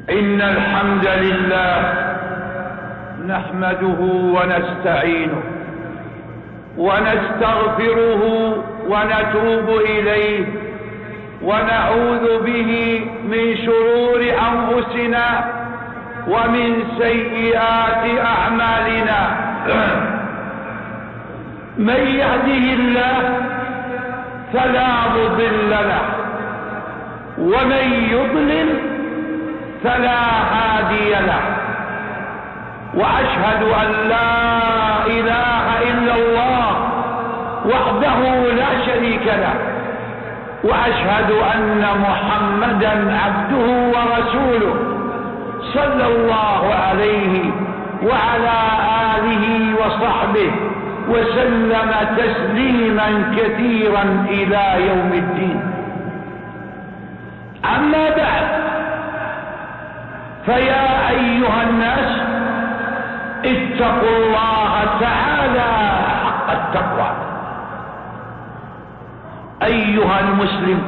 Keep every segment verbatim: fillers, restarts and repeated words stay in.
إن الحمد لله نحمده ونستعينه ونستغفره ونتوب إليه ونعوذ به من شرور أنفسنا ومن سيئات أعمالنا. من يهده الله فلا مضل له ومن يضلل فلا هادي له، وأشهد أن لا إله إلا الله وحده لا شريك له، وأشهد أن محمدا عبده ورسوله صلى الله عليه وعلى آله وصحبه وسلم تسليما كثيرا إلى يوم الدين. أما بعد، فيا أيها الناس اتقوا الله تعالى حق التقوى. أيها المسلم،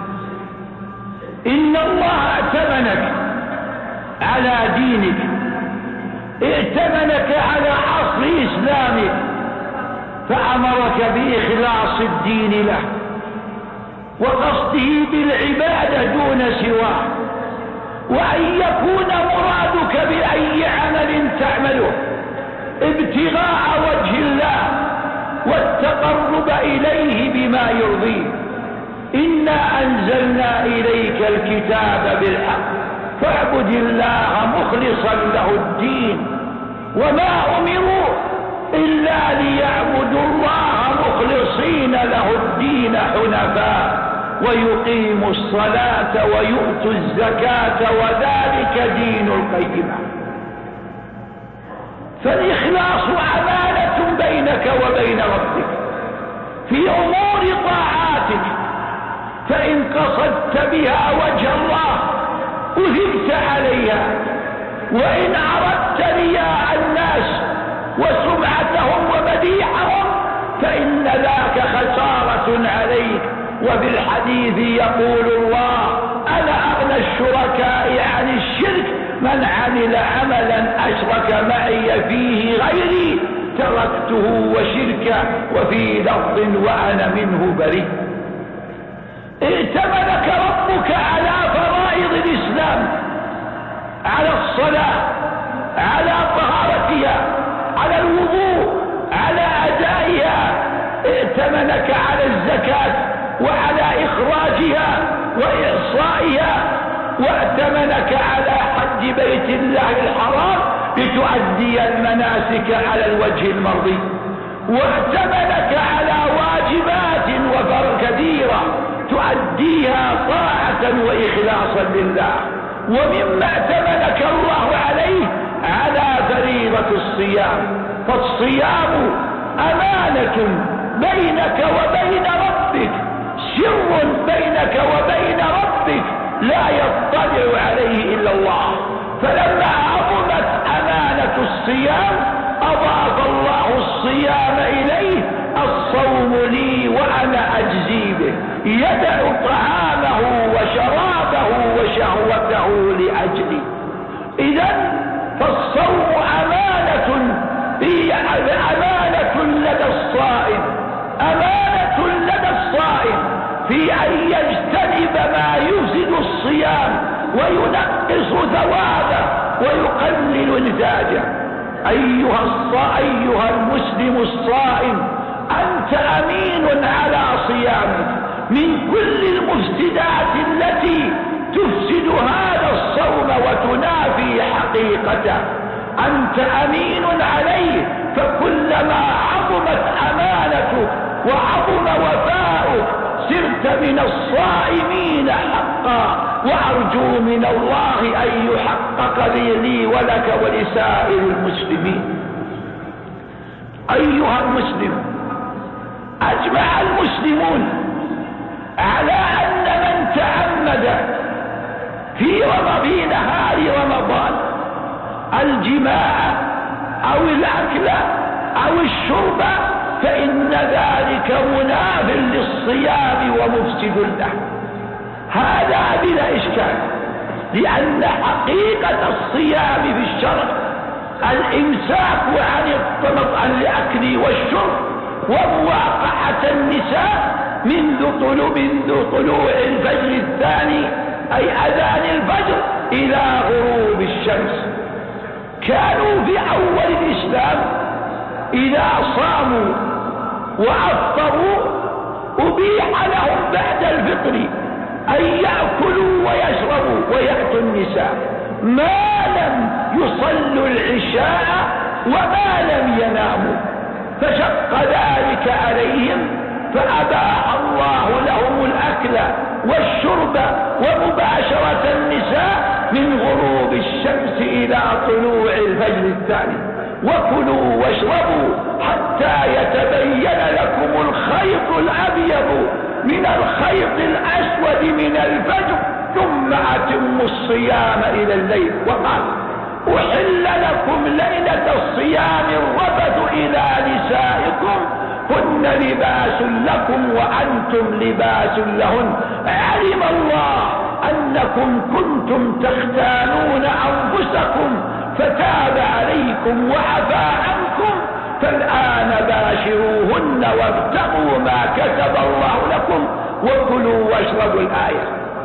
إن الله ائتمنك على دينك، ائتمنك على أصل إسلامك، فأمرك بإخلاص الدين له وقصده بالعبادة دون سواه، وأن يكون مرادك بأي عمل تعمله ابتغاء وجه الله والتقرب إليه بما يرضيه. إنا أنزلنا إليك الكتاب بالحق فاعبد الله مخلصا له الدين، وما أمروا إلا ليعبدوا الله مخلصين له الدين حنفاء ويقيموا الصلاة ويؤتوا الزكاة وذلك دين القيمة. فالإخلاص أمانة بينك وبين ربك في أمور طاعاتك، فإن قصدت بها وجه الله أثبت عليها، وإن أردت رياء الناس وسمعتهم ومديحهم فإن ذاك خسارة عليك. وفي الحديث يقول الله: أنا أغنى الشركاء عن الشرك من عمل عملا أشرك معي فيه غيري تركته وشركه، وفي لفظ وأنا منه بريء. ائتمنك ربك على فرائض الإسلام، على الصلاة، على طهارتها، على الوضوء، على أدائها. ائتمنك على الزكاة وعلى إخراجها وإعصائها، وائتمنك على حج بيت الله الحرام لتؤدي المناسك على الوجه المرضي، وائتمنك على واجبات وفرض كثيرة تؤديها طاعة وإخلاصا لله. ومما ائتمنك الله عليه على فريضة الصيام، فالصيام أمانة بينك وبين ربك، سر بينك وبين ربك لا يطلع عليه إلا الله. فلما عظمت أمانة الصيام أضاف الله الصيام إليه: الصوم لي وأنا أجزي به، يدع طعامه وشرابه وشهوته لأجلي. إذن فالصوم أمانة، هي أمانة لدى الصائم، أمانة لدى الصائم في أن يجتنب ما يفسد الصيام وينقص ثوابه ويقلل نتاجه. أيها الصائم، أيها المسلم الصائم، أنت أمين على صيامك من كل المفسدات التي تفسد هذا الصوم وتنافي حقيقته. أنت أمين عليه، فكلما عظمت أمانتك وعظم وفاؤك صرت من الصائمين حقا. وأرجو من الله أن يحقق لي, لي ولك ولسائر المسلمين. أيها المسلم، أجمع المسلمون على أن من تعمد في في نهار رمضان الجماع أو الأكل أو الشرب فإن ذلك مناف للصيام ومفسد له. هذا بلا إشكال، لأن حقيقة الصيام في الشرع الإمساك عن الطلب عن الأكل والشرب ومواقعة النساء منذ طلوع منذ طلوع الفجر الثاني أي أذان الفجر إلى غروب الشمس. كانوا في أول الإسلام إذا صاموا وأفطروا أبيح لهم بعد الفطر أن يأكلوا ويشربوا ويأتوا النساء ما لم يصلوا العشاء وما لم يناموا، فشق ذلك عليهم فأباح الله لهم الأكل والشرب ومباشرة النساء من غروب الشمس إلى طلوع الفجر الثاني. وكلوا واشربوا حتى يتبين لكم الخيط الأبيض من الخيط الأسود من الفجر ثم أتموا الصيام إلى الليل. وقال أحل لكم ليلة الصيام الرفث إلى نسائكم هن لباس لكم وأنتم لباس لهن علم الله أنكم كنتم تختانون أنفسكم فتاب عليكم وعفى عنكم فالآن باشروهن وابتغوا ما كتب الله لكم وكلوا واشربوا الآية.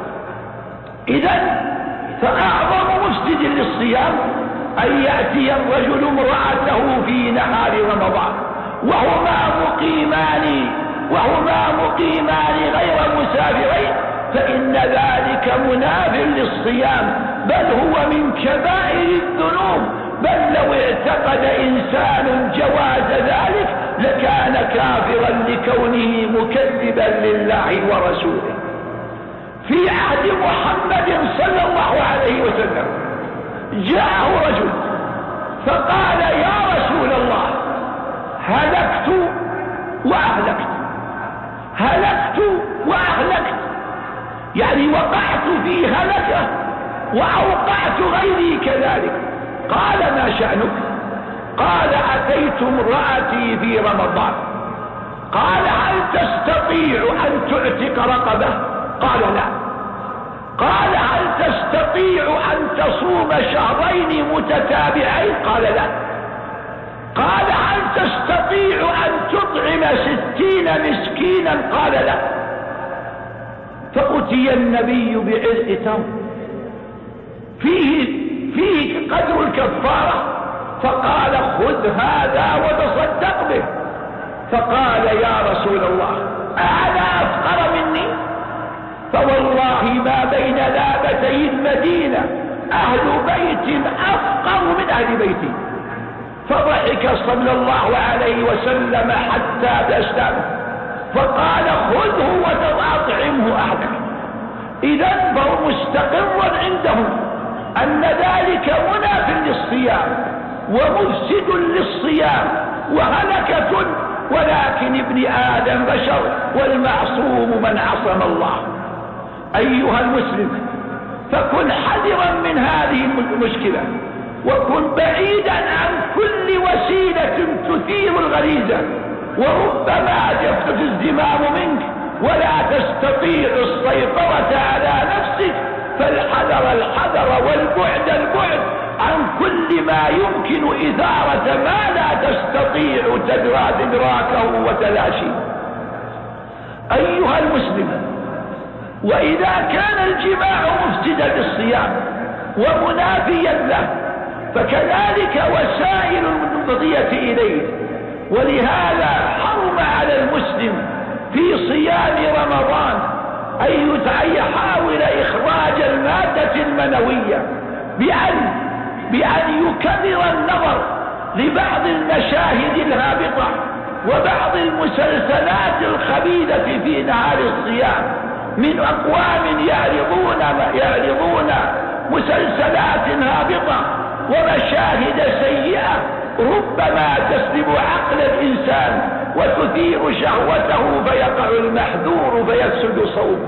إذن فأعظم مفسد للصيام أن يأتي الرجل امرأته في نهار رمضان وهما مقيمان وهما مقيمان غير مسافرين، فإن ذلك مناف للصيام بل هو من كبائر الذنوب، بل لو اعتقد إنسان جواز ذلك لكان كافرا لكونه مكذبا لله ورسوله. في عهد محمد صلى الله عليه وسلم جاءه رجل فقال يا رسول الله هلكت وأهلكت هلكت وأهلكت، يعني وقعت في هلكة وأوقعت غيري كذلك. قال ما شأنك؟ قال أتيت امرأتي في رمضان. قال هل تستطيع أن تعتق رقبة؟ قال لا. قال هل تستطيع أن تصوم شهرين متتابعين؟ قال لا. قال هل تستطيع أن تطعم ستين مسكينا؟ قال لا. فأتي النبي بعرق تمر فيه فيه قدر الكفارة فقال خذ هذا وتصدق به. فقال يا رسول الله أنا أفقر مني؟ فوالله ما بين لابتي المدينة أهل بيت أفقر من أهل بيتي. فضحك صلى الله عليه وسلم حتى بأسلامه فقال خذه وتطعمه أحدك. إذن فهو مستقر عندهم أن ذلك مناف للصيام ومفسد للصيام وهلكة، ولكن ابن آدم بشر والمعصوم من عصم الله. أيها المسلم فكن حذرا من هذه المشكلة وكن بعيدا عن كل وسيلة تثير الغريزة وربما يفتت الزمام منك ولا تستطيع السيطرة على نفسك، فالحذر الحذر والبعد البعد عن كل ما يمكن إثارة ما لا تستطيع تدراكه وتلاشيه. أيها المسلم وإذا كان الجماع مفسدا للصيام ومنافيا له فكذلك وسائل المفضية إليه، ولهذا حرم على المسلم في صيام رمضان أن يحاول إخراج المادة المنوية بأن بأن يكرر النظر لبعض المشاهد الهابطة وبعض المسلسلات الخبيثة في نهار الصيام من أقوام يعرضون يعرضون مسلسلات هابطة ومشاهد سيئة ربما تسلب عقل الإنسان وتثير شهوته فيقع المحذور فيفسد صومه.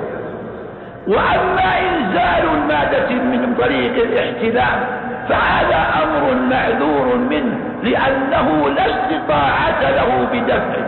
وأما إنزال المادة من طريق الاحتلام فهذا أمر معذور منه لأنه لا استطاعة له بدفعه.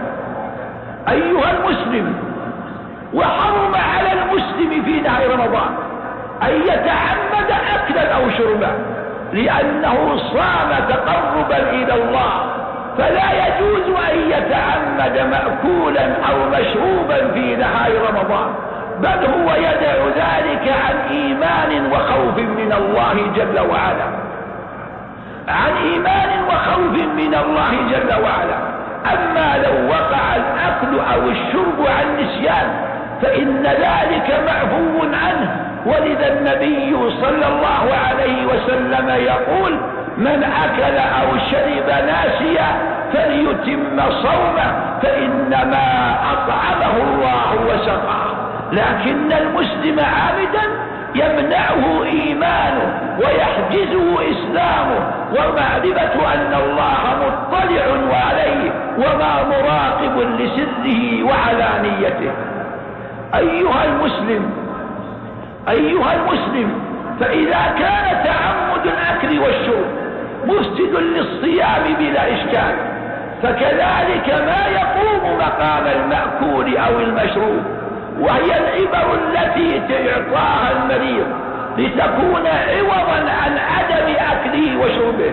أيها المسلم وحرم على المسلم في نهار رمضان أن يتعمد أكلا أو شربا، لأنه صام تقربا إلى الله، فلا يجوز أن يتعمد مأكولا أو مشروبا في نهار رمضان، بل هو يدع ذلك عن إيمان وخوف من الله جل وعلا، عن إيمان وخوف من الله جل وعلا. أما لو وقع الأكل أو الشرب عن نسيان فإن ذلك معفو عنه، ولذا النبي صلى الله عليه وسلم يقول: من أكل أو شرب ناسيا فليتم صومه فإنما أطعمه الله وسقاه. لكن المسلم عامدا يمنعه إيمانه ويحجزه إسلامه ومعرفة أن الله مطلع عليه وما مراقب لسره وعلانيته. أيها المسلم أيها المسلم فإذا كان تعمد الأكل والشرب مفسد للصيام بلا إشكال، فكذلك ما يقوم مقام المأكول أو المشروب، وهي العبر التي تعطاها المريض لتكون عوضا عن عدم أكله وشربه،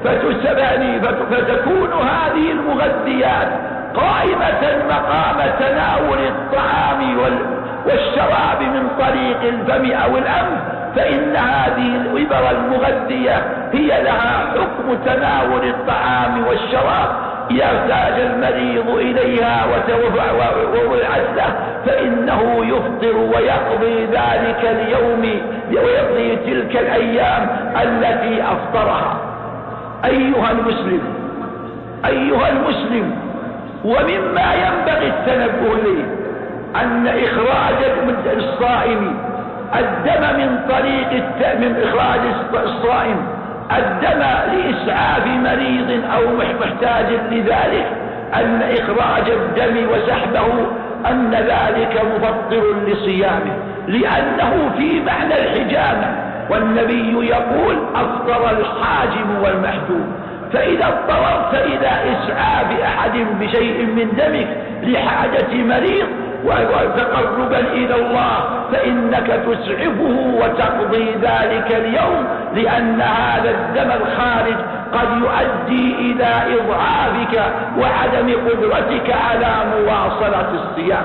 فتكون هذه المغذيات قائمة مقام تناول الطعام والشراب من طريق الفم أو الأنف، فإن هذه العبر المغذية هي لها حكم تناول الطعام والشراب. إذا احتاج المريض إليها ووضعت له فإنه يفطر ويقضي ذلك اليوم ويقضي تلك الأيام التي أفطرها. أيها المسلم أيها المسلم ومما ينبغي التنبه إليه أن إخراج الصائم الدم من طريق من إخراج الصائم الدم لإسعاف مريض أو محتاج لذلك، أن إخراج الدم وسحبه أن ذلك مفطر لصيامه، لأنه في معنى الحجامة، والنبي يقول: أفطر الحاجم والمحجوم. فإذا اضطررت إلى إسعاف أحد بشيء من دمك لحاجة مريض وتقربا إلى الله فإنك تسعفه وتقضي ذلك اليوم، لأن هذا الدم الخارج قد يؤدي إلى إضعافك وعدم قدرتك على مواصلة الصيام.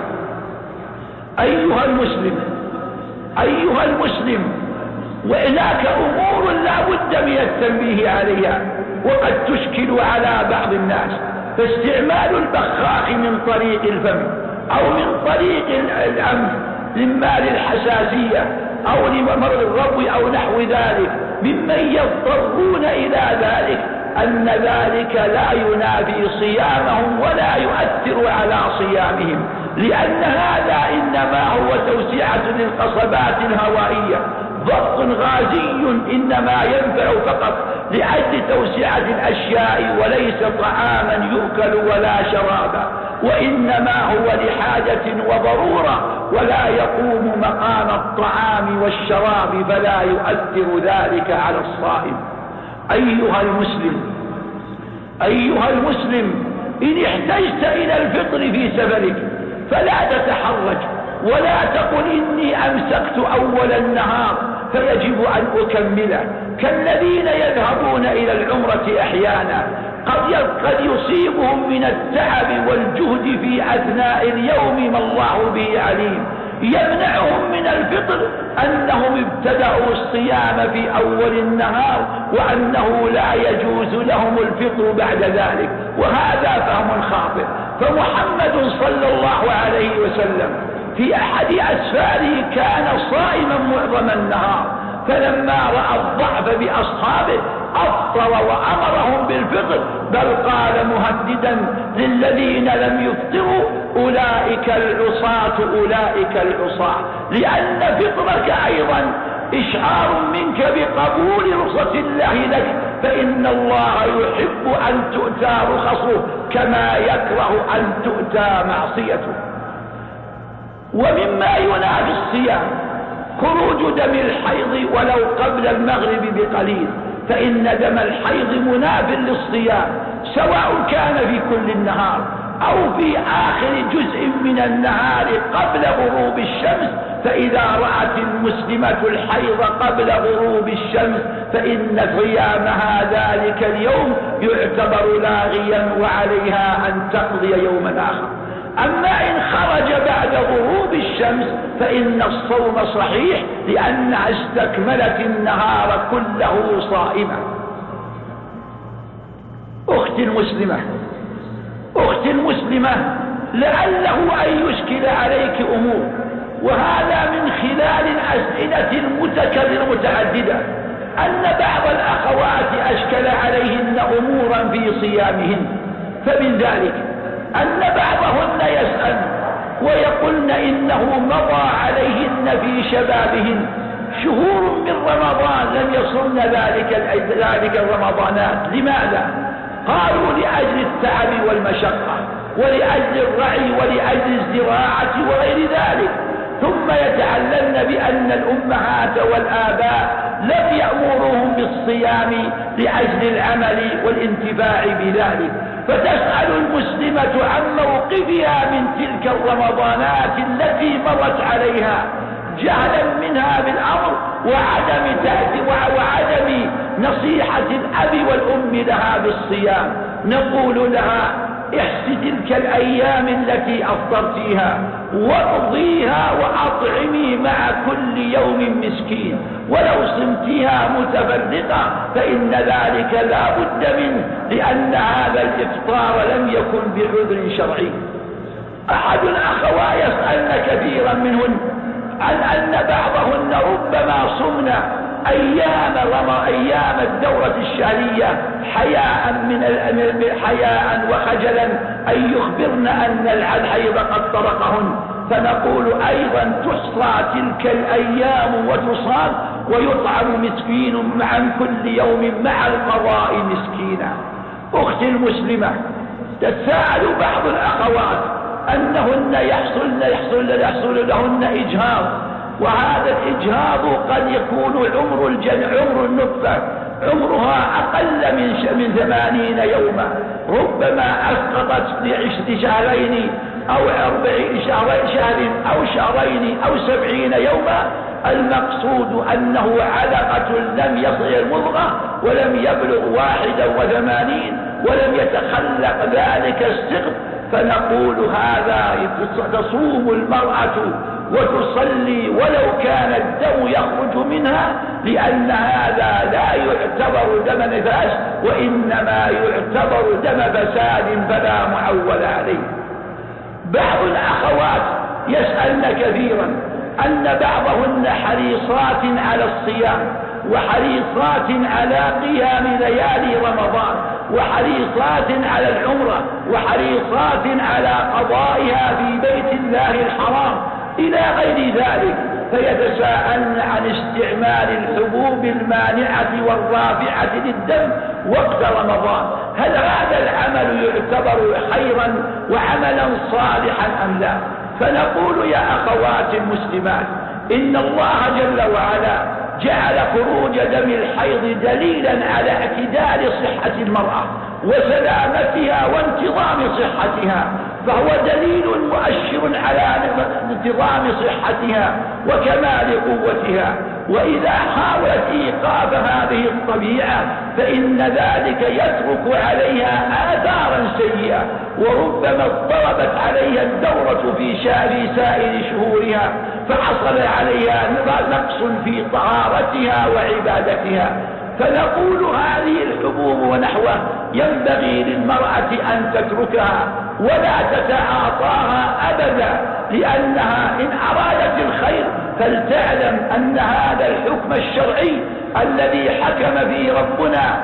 أيها المسلم أيها المسلم وهناك أمور لا بد من التنبيه عليها وقد تشكل على بعض الناس، فاستعمال البخاخ من طريق الفم أو من طريق الأنف إما للحساسية أو لمرض الربو أو نحو ذلك ممن يضطرون إلى ذلك، أن ذلك لا ينافي صيامهم ولا يؤثر على صيامهم، لأن هذا إنما هو توسعة للقصبات الهوائية، ضغط غازي إنما ينفع فقط لأجل توسعة الأشياء وليس طعاما يؤكل ولا شرابا، وإنما هو لحاجة وضرورة ولا يقوم مقام الطعام والشراب، فلا يؤثر ذلك على الصائم. أيها المسلم أيها المسلم إن احتجت إلى الفطر في سفرك فلا تتحرج ولا تقل إني أمسكت أول النهار فيجب أن أكمله، كالذين يذهبون إلى العمرة أحيانا قد يصيبهم من التعب والجهد في أثناء اليوم ما الله به عليم، يمنعهم من الفطر أنهم ابتدأوا الصيام في أول النهار وأنه لا يجوز لهم الفطر بعد ذلك، وهذا فهم خاطئ. فمحمد صلى الله عليه وسلم في أحد أسفاره كان صائما معظم النهار، فلما رأى الضعف بأصحابه أفطر وأمرهم بالفطر، بل قال مهددا للذين لم يفطروا: أولئك العصاة أولئك العصاة، لأن فطرك أيضا إشعار منك بقبول رخصة الله لك، فإن الله يحب أن تؤتى رخصه كما يكره أن تؤتى معصيته. ومما ينافي الصيام خروج دم الحيض ولو قبل المغرب بقليل، فإن دم الحيض مناف للصيام سواء كان في كل النهار أو في آخر جزء من النهار قبل غروب الشمس، فإذا رأت المسلمة الحيض قبل غروب الشمس فإن صيامها ذلك اليوم يعتبر لاغيا وعليها أن تقضي يوما آخر. أما إن خرج بعد غروب الشمس فإن الصوم صحيح لأنها استكملت النهار كله صائمة. أختي المسلمة أختي المسلمة لعله أن يشكل عليك أمور، وهذا من خلال الأسئلة المتكررة المتعددة أن بعض الأخوات أشكل عليهن أمورا في صيامهن، فمن ذلك أن بعضهن يسأل ويقولن إنه مضى عليهن في شبابهن شهور من رمضان لم يصلن ذلك ذلك الرمضانات. لماذا؟ قالوا لأجل التعب والمشقة ولأجل الرعي ولأجل الزراعة وغير ذلك، ثم يتعلمن بأن الأمهات والآباء لم يأمروهم بالصيام لأجل العمل والانتفاع بذلك، فتسأل المسلمة عن موقفها من تلك الرمضانات التي مرت عليها جهلا منها بالأمر وعدم تأثير وعدم نصيحة الأب والأم لها بالصيام. نقول لها احس تلك الأيام التي أفطرتيها واقضيها وأطعمي مع كل يوم مسكين، ولو صمتها متفرقة فإن ذلك لا بد منه لأن هذا الإفطار لم يكن بعذر شرعي. أحد الأخوات يسألن كثيرا منهن عن أن بعضهن ربما صمنا أيام أيام الدورة الشهرية حياء من حياء وخجلا أن يخبرن أن الحيض قد طرقهن، فنقول أيضا تحصى تلك الأيام وتصام ويطعم مسكين عن كل يوم مع القضاء مسكينا. أختي المسلمة تساءل بعض الأخوات أنهن يحصل, يحصل, يحصل لهن إجهاض، وهذا الإجهاض قد يكون عمر الجن عمر النطفة عمرها أقل من من ثمانين يوما، ربما أسقطت لعشر شهرين أو أربعين شهر أو شهرين أو سبعين يوما. المقصود أنه علقة لم يصل المضغة ولم يبلغ واحدا وثمانين ولم يتخلق ذلك السقط، فنقول هذا تصوم المرأة وتصلي ولو كان الدم يخرج منها، لأن هذا لا يعتبر دم نفاس وإنما يعتبر دم فساد فلا معول عليه. بعض الأخوات يسألن كثيرا أن بعضهن حريصات على الصيام وحريصات على قيام ليالي رمضان وحريصات على العمرة وحريصات على قضائها في بيت الله الحرام إلى غير ذلك، فيتساءلن عن استعمال الحبوب المانعة والرافعة للدم وقت رمضان، هل هذا العمل يعتبر خيرا وعملا صالحا أم لا؟ فنقول يا أخوات المسلمات إن الله جل وعلا جعل خروج دم الحيض دليلا على اعتدال صحة المرأة وسلامتها وانتظام صحتها، فهو دليل مؤشر على انتظام صحتها وكمال قوتها، وإذا حاولت إيقاف هذه الطبيعة فإن ذلك يترك عليها آثارا سيئة، وربما اضطربت عليها الدورة في سائر شهورها فحصل عليها نقص في طهارتها وعبادتها. فنقول هذه الحبوب ونحوه ينبغي للمرأة أن تتركها ولا تتعاطاها أبدا، لأنها إن أرادت الخير فلتعلم أن هذا الحكم الشرعي الذي حكم فيه ربنا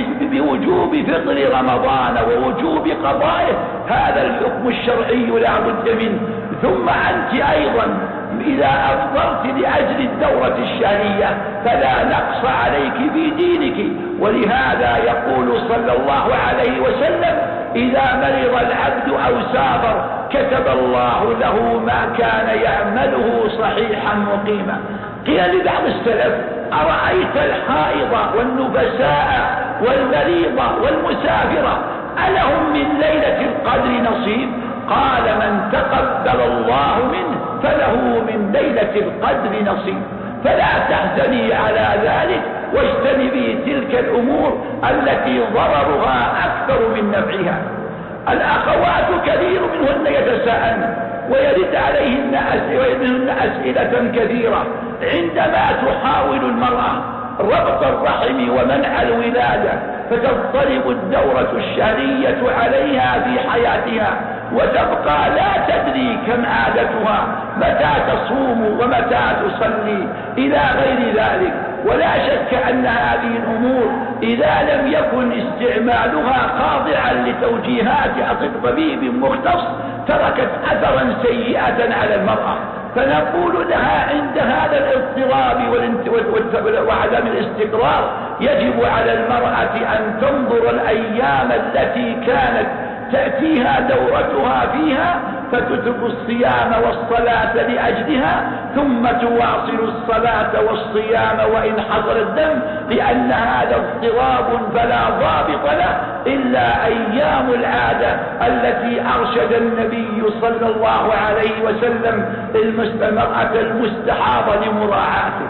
بوجوب فطر رمضان ووجوب قضائه هذا الحكم الشرعي لا بد منه. ثم أنت أيضا إذا أفطرت لأجل الدورة الشهرية فلا نقص عليك في دينك، ولهذا يقول صلى الله عليه وسلم إذا مرض العبد أو سافر كتب الله له ما كان يعمله صحيحا مقيما. قيل لبعض السلف أرأيت الحائض والنفساء والمريضة والمسافرة ألهم من ليلة القدر نصيب؟ قال من تقبل الله منه فله من ليلة القدر نصيب. فلا تحزني على ذلك واجتنبي تلك الأمور التي ضررها أكثر من نفعها. الأخوات كثير منهن يتساءلن ويرد عليهن أسئلة كثيرة عندما تحاول المرأة ربط الرحم ومنع الولادة، فتضطرب الدورة الشهرية عليها في حياتها وتبقى لا تدري كم عادتها، متى تصوم ومتى تصلي إلى غير ذلك. ولا شك أن هذه الأمور إذا لم يكن استعمالها خاضعا لتوجيهات طبيب مختص تركت أثرا سيئة على المرأة. فنقول لها عند هذا الاضطراب وعدم الاستقرار يجب على المرأة أن تنظر الأيام التي كانت تأتيها دورتها فيها فتترك الصيام والصلاة لأجلها، ثم تواصل الصلاة والصيام وإن حضر الدم، لأن هذا اضطراب فلا ضابط له إلا أيام العادة التي أرشد النبي صلى الله عليه وسلم المرأة المستحاضة لمراعاته.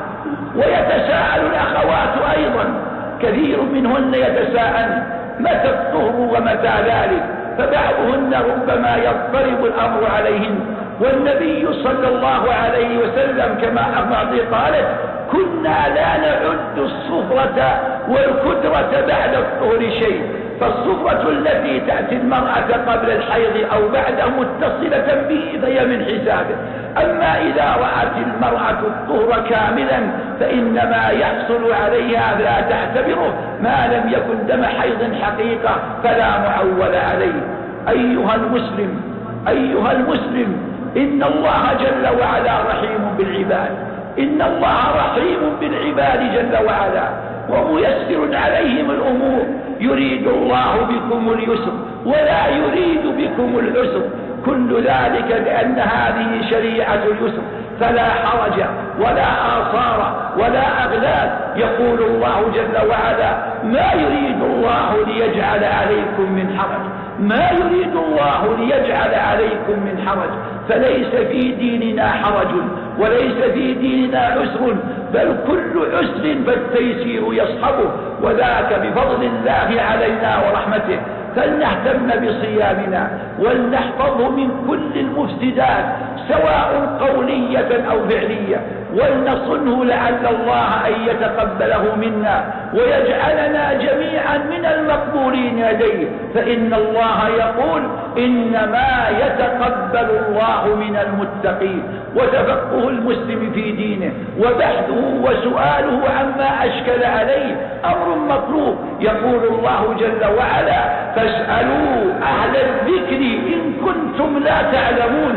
ويتساءل الأخوات أيضا كثير منهن يتساءل متى الطهر ومتى ذلك، فبعضهن ربما يضطرب الأمر عليهن. والنبي صلى الله عليه وسلم كما أمضي قالت كنا لا نعد الصفرة والكدرة بعد الطهر شيء، فالصفرة التي تأتي المرأة قبل الحيض أو بعده متصلة به فهي من حسابه. أما إذا رأت المرأة الطهر كاملا فإنما يحصل عليها لا تعتبره ما لم يكن دم حيض حقيقة فلا معول عليه. أيها المسلم أيها المسلم إن الله جل وعلا رحيم بالعباد، إن الله رحيم بالعباد جل وعلا وميسر عليهم الأمور. يريد الله بكم اليسر ولا يريد بكم العسر، كل ذلك لأن هذه شريعة اليسر، فلا حرج ولا آثار ولا أغلال. يقول الله جل وعلا ما يريد الله ليجعل عليكم من حرج، ما يريد الله ليجعل عليكم من حرج، فليس في ديننا حرج وليس في ديننا عسر، بل كل عسر فالتيسير يصحبه، وذاك بفضل الله علينا ورحمته. فلنهتم بصيامنا ولنحفظه من كل المفسدات سواء قولية أو فعلية، ولنصنه لعل الله أن يتقبله منا ويجعلنا جميعا من المقبولين لديه، فإن الله يقول إنما يتقبل الله من المتقين. وتفقه المسلم في دينه وبحثه وسؤاله عما أشكل عليه أمر مطلوب. يقول الله جل وعلا فاسألوا أهل الذكر إن كنتم لا تعلمون.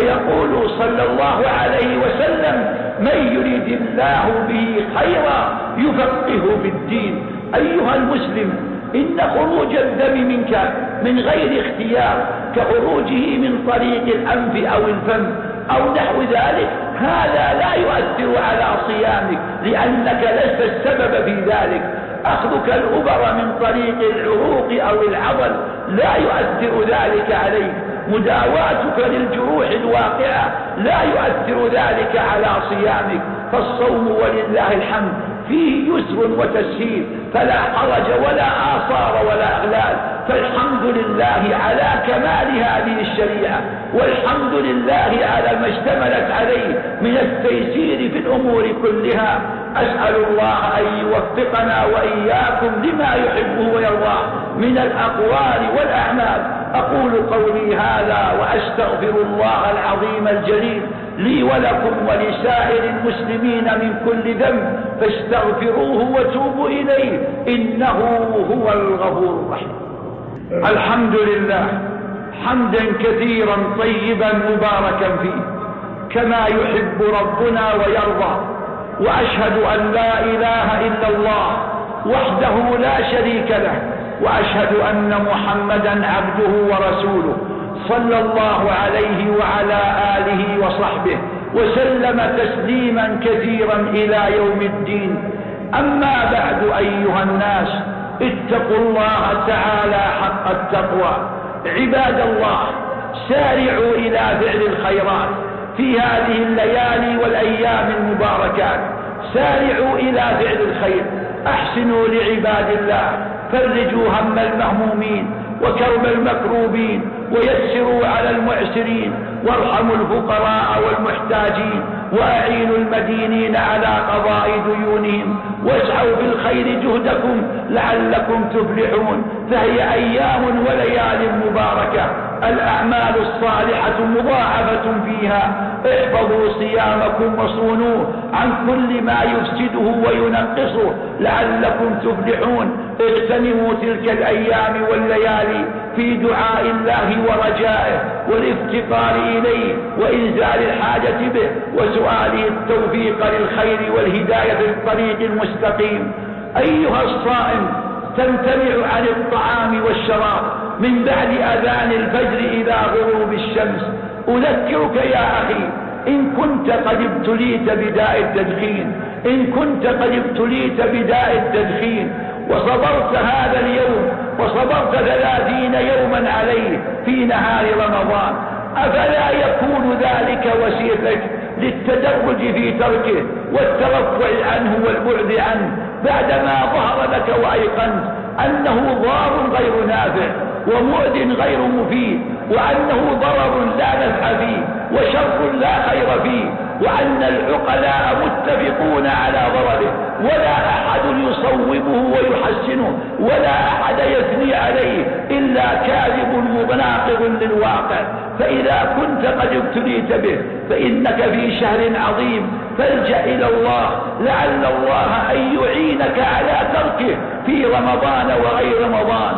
ويقول صلى الله عليه وسلم من يريد الله به خيرا يفقهه في الدين. أيها المسلم إن خروج الدم منك من غير اختيار كخروجه من طريق الأنف أو الفم أو نحو ذلك هذا لا يؤثر على صيامك لأنك لست السبب في ذلك. أخذك الأبر من طريق العروق أو العضل لا يؤثر ذلك عليك. مداواتك للجروح الواقعة لا يؤثر ذلك على صيامك. فالصوم ولله الحمد فيه يسر وتسهيل، فلا حرج ولا آثار ولا أغلال. فالحمد لله على كمال هذه الشريعة، والحمد لله على ما اشتملت عليه من التيسير في الأمور كلها. أسأل الله أن يوفقنا وإياكم لما يحبه ويرضاه من الأقوال والأعمال. أقول قولي هذا وأستغفر الله العظيم الجليل لي ولكم ولسائر المسلمين من كل ذنب، فاستغفروه وتوبوا إليه إنه هو الغفور الرحيم. الحمد لله حمدا كثيرا طيبا مباركا فيه كما يحب ربنا ويرضى. وأشهد أن لا إله إلا الله وحده لا شريك له، وأشهد أن محمدا عبده ورسوله صلى الله عليه وعلى آله وصحبه وسلم تسليما كثيرا إلى يوم الدين. أما بعد أيها الناس، اتقوا الله تعالى حق التقوى. عباد الله، سارعوا إلى فعل الخيرات في هذه الليالي والأيام المباركات، سارعوا إلى فعل الخير، أحسنوا لعباد الله، فرجوا هم المهمومين وكرب المكروبين، ويسروا على المعسرين، وارحموا الفقراء والمحتاجين، وأعينوا المدينين على قضاء ديونهم، واسعوا بالخير جهدكم لعلكم تفلحون. فهي أيام وليال مباركة، الأعمال الصالحة مضاعفة فيها. احفظوا صيامكم وصونوه عن كل ما يفسده وينقصه لعلكم تفلحون. اغتنموا تلك الأيام والليالي في دعاء الله ورجائه والافتقار إليه وإنزال الحاجة به وسؤاله التوفيق للخير والهداية للطريق المستقيم. أيها الصائم، تمتنع عن الطعام والشراب من بعد أذان الفجر إلى غروب الشمس. أذكرك يا أخي، إن كنت قد ابتليت بداء التدخين إن كنت قد ابتليت بداء التدخين وصبرت هذا اليوم وصبرت ثلاثين يوما عليه في نهار رمضان، أفلا يكون ذلك وسيلتك للتدرج في تركه والترفع عنه والبعد عنه بعدما ظهر لك وأيقنت أنه ضار غير نافع ومؤذ غير مفيد، وأنه ضرر لا نفع فيه وشر لا خير فيه، وأن العقلاء متفقون على ضرره، ولا أحد يصوبه ويحسنه، ولا أحد يثني عليه إلا كاذب متناقض للواقع. فإذا كنت قد ابتليت به فإنك في شهر عظيم، فالجأ إلى الله لعل الله أن يعينك على تركه في رمضان وغير رمضان،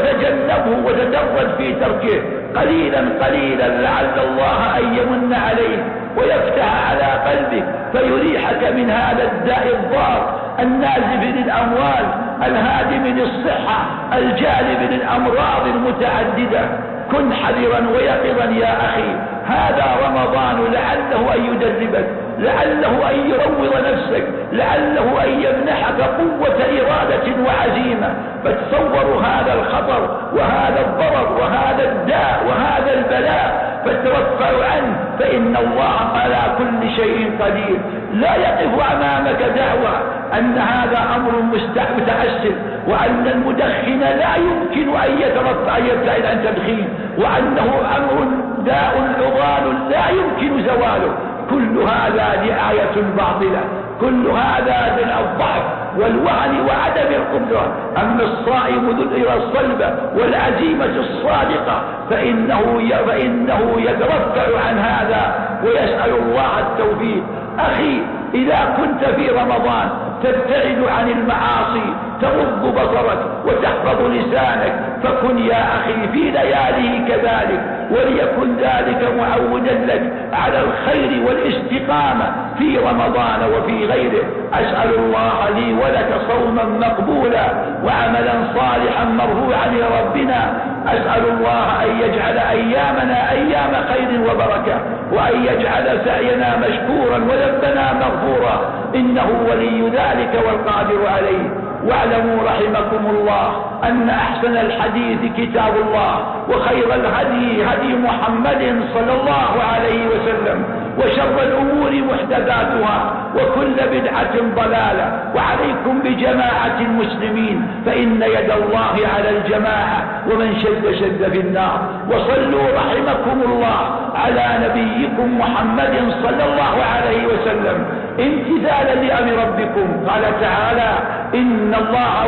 وتجنبه وتدرج في تركه قليلا قليلا لعل الله أن يمن عليك ويفتح على قلبك فيريحك من هذا الداء الضار النازف للأموال الهادم للصحة الجالب للأمراض المتعددة. كن حذرا ويقظا يا أخي، هذا رمضان لعله أن يدربك، لعله أن يروض نفسك، لعله أن يمنحك قوة إرادة وعزيمة. فتصوروا هذا الخطر وهذا الضرر وهذا الداء وهذا البلاء فترفعوا عنه، فإن الله على كل شيء قدير. لا يقف أمامك دعوة أن هذا أمر متعسر، وأن المدخن لا يمكن أن يترفع يبتعد عن تدخين، وأنه أمر داء عضال لا يمكن زواله. كل هذا دعاية باطلة، كل هذا من الضعف والوهن وعدم القدرة. أما الصائم ذو الإرادة الصلبة والعزيمة الصادقة فإنه فإنه يترفع عن هذا ويسأل الله التوفيق. أخي، إذا كنت في رمضان تبتعد عن المعاصي، تغض بصرك وتحفظ لسانك، فكن يا أخي في لياليه كذلك، وليكن ذلك معودا لك على الخير والاستقامة في رمضان وفي غيره. أسأل الله لي ولك صوما مقبولا وعملا صالحا مرفوعا لربنا. أسأل الله أن يجعل أيامنا أيام خير وبركة، وأن يجعل سعينا مشكورا وذنبنا مغفورا، إنه ولي ذلك والقادر عليه. واعلموا رحمكم الله أن أحسن الحديث كتاب الله، وخير الهدي هدي محمد صلى الله عليه وسلم، وشر الأمور محدثاتها، وكل بدعة ضلالة. وعليكم بجماعة المسلمين، فإن يد الله على الجماعة، ومن شد شد في النار. وصلوا رحمكم الله على نبيكم محمد صلى الله عليه وسلم امتثالا لأمر ربكم. قال تعالى: إن الله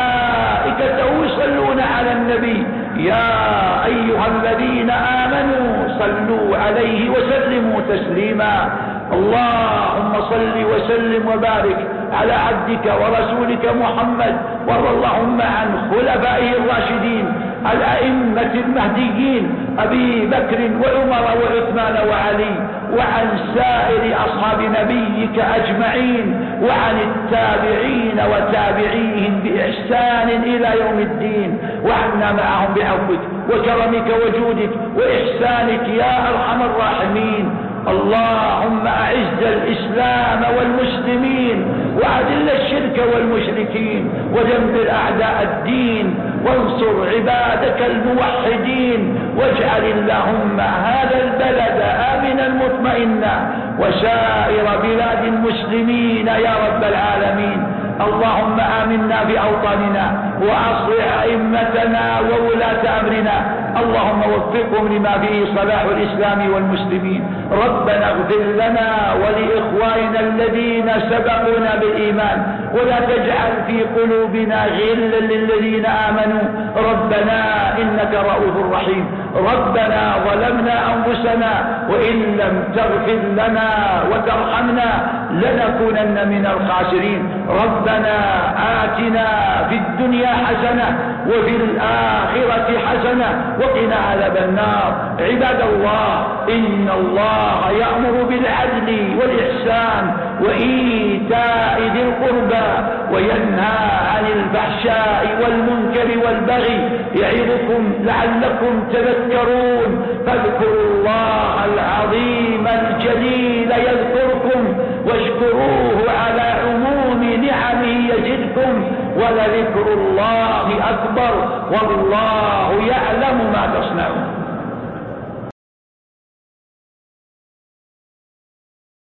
وملائكته يصلون على النبي يا أيها الذين آمنوا صلوا عليه وسلموا تسليما. اللهم صل وسلم وبارك على عبدك ورسولك محمد، وارض اللهم عن خلفائه الراشدين الأئمة المهديين أبي بكر وعمر وعثمان وعلي، وعن سائر أصحاب نبيك أجمعين، وعن التابعين وتابعيهم بإحسان إلى يوم الدين، وعنا معهم بعفوك وكرمك وجودك وإحسانك يا أرحم الراحمين. اللهم أعز الإسلام والمسلمين وأذل الشرك والمشركين ودمر أعداء الدين وانصر عبادك الموحدين واجعل اللهم هذا البلد آمنا مطمئنا وسائر بلاد المسلمين يا رب العالمين. اللهم آمنا بأوطاننا وأصلح أئمتنا وولاة أمرنا، اللهم وفقهم لما فيه صلاح الإسلام والمسلمين. ربنا اغفر لنا ولإخواننا الذين سبقونا بالإيمان ولا تجعل في قلوبنا غلا للذين آمنوا ربنا إنك رؤوف رحيم. ربنا ظلمنا أنفسنا وإن لم تغفر لنا وترحمنا لنكونن من الخاسرين. ربنا آتنا في الدنيا حسنة وفي الآخرة حسنة وقنا عذاب النار. عباد الله، إن الله يأمر بالعدل والإحسان وإيتاء ذي القربى وينهى عن الفحشاء والمنكر والبغي يعظكم لعلكم تذكرون. فاذكروا الله العظيم الجليل يذكركم واشكروه على عموم نعمه يزدكم ولذكر الله أكبر والله يعلم ما تصنعون.